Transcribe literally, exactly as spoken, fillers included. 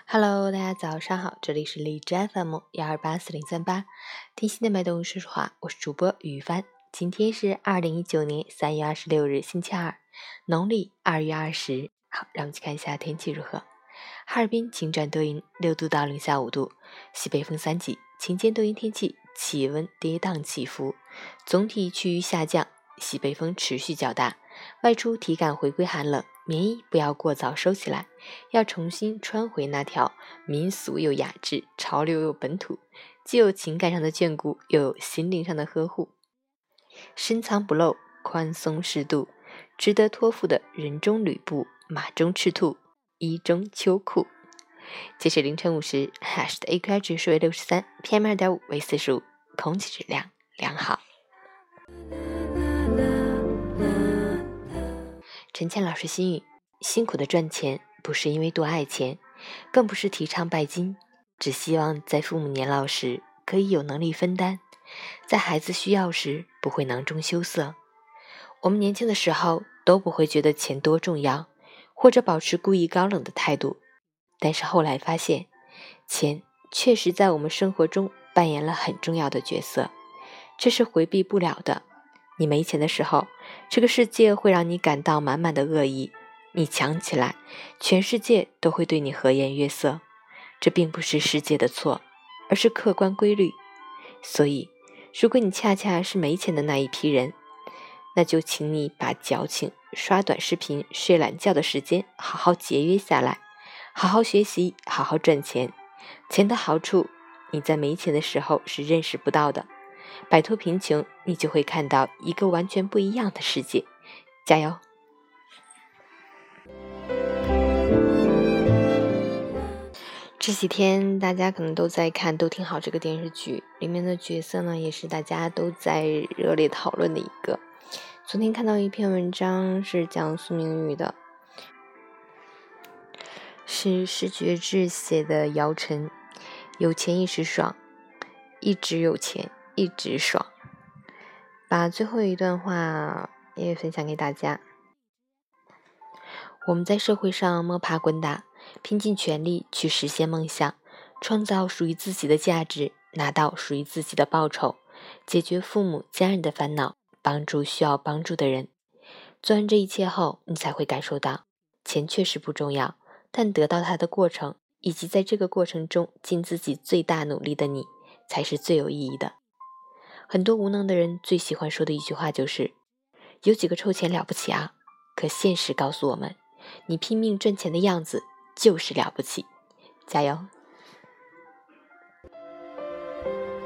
Hello， 大家早上好，这里是荔枝 F M 幺二八四零三八，听心的脉动说说话，我是主播于帆。今天是二零一九年三月二十六日，星期二，农历二月二十。好，让我们去看一下天气如何。哈尔滨晴转多云，六度到零下五度，西北风三级，晴间多云天气，气温跌宕起伏，总体趋于下降，西北风持续较大，外出体感回归寒冷。棉衣不要过早收起来，要重新穿回那条民俗又雅致、潮流又本土，既有情感上的眷顾，又有心灵上的呵护。深藏不露，宽松适度，值得托付的人中吕布，马中赤兔，衣中秋裤。截止凌晨五时 ，Hash 的 A Q I 指数为六十三 ，P M 二点五 为四十五，空气质量良好。陈倩老师心语：辛苦的赚钱，不是因为多爱钱，更不是提倡拜金，只希望在父母年老时可以有能力分担，在孩子需要时不会囊中羞涩。我们年轻的时候都不会觉得钱多重要，或者保持故意高冷的态度，但是后来发现，钱确实在我们生活中扮演了很重要的角色，这是回避不了的。你没钱的时候，这个世界会让你感到满满的恶意，你强起来，全世界都会对你和颜悦色。这并不是世界的错，而是客观规律。所以，如果你恰恰是没钱的那一批人，那就请你把矫情、刷短视频、睡懒觉的时间好好节约下来，好好学习，好好赚钱。钱的好处，你在没钱的时候是认识不到的。摆脱贫穷，你就会看到一个完全不一样的世界。加油！这几天大家可能都在看《都挺好》这个电视剧，里面的角色呢，也是大家都在热烈讨论的一个。昨天看到一篇文章，是讲苏明玉的，是石觉志写的《姚晨》，有钱一时爽，一直有钱一直爽。把最后一段话也分享给大家。我们在社会上摸爬滚打，拼尽全力去实现梦想，创造属于自己的价值，拿到属于自己的报酬，解决父母家人的烦恼，帮助需要帮助的人。做完这一切后，你才会感受到，钱确实不重要，但得到它的过程，以及在这个过程中尽自己最大努力的你，才是最有意义的。很多无能的人最喜欢说的一句话就是，有几个臭钱了不起啊，可现实告诉我们，你拼命赚钱的样子就是了不起。加油！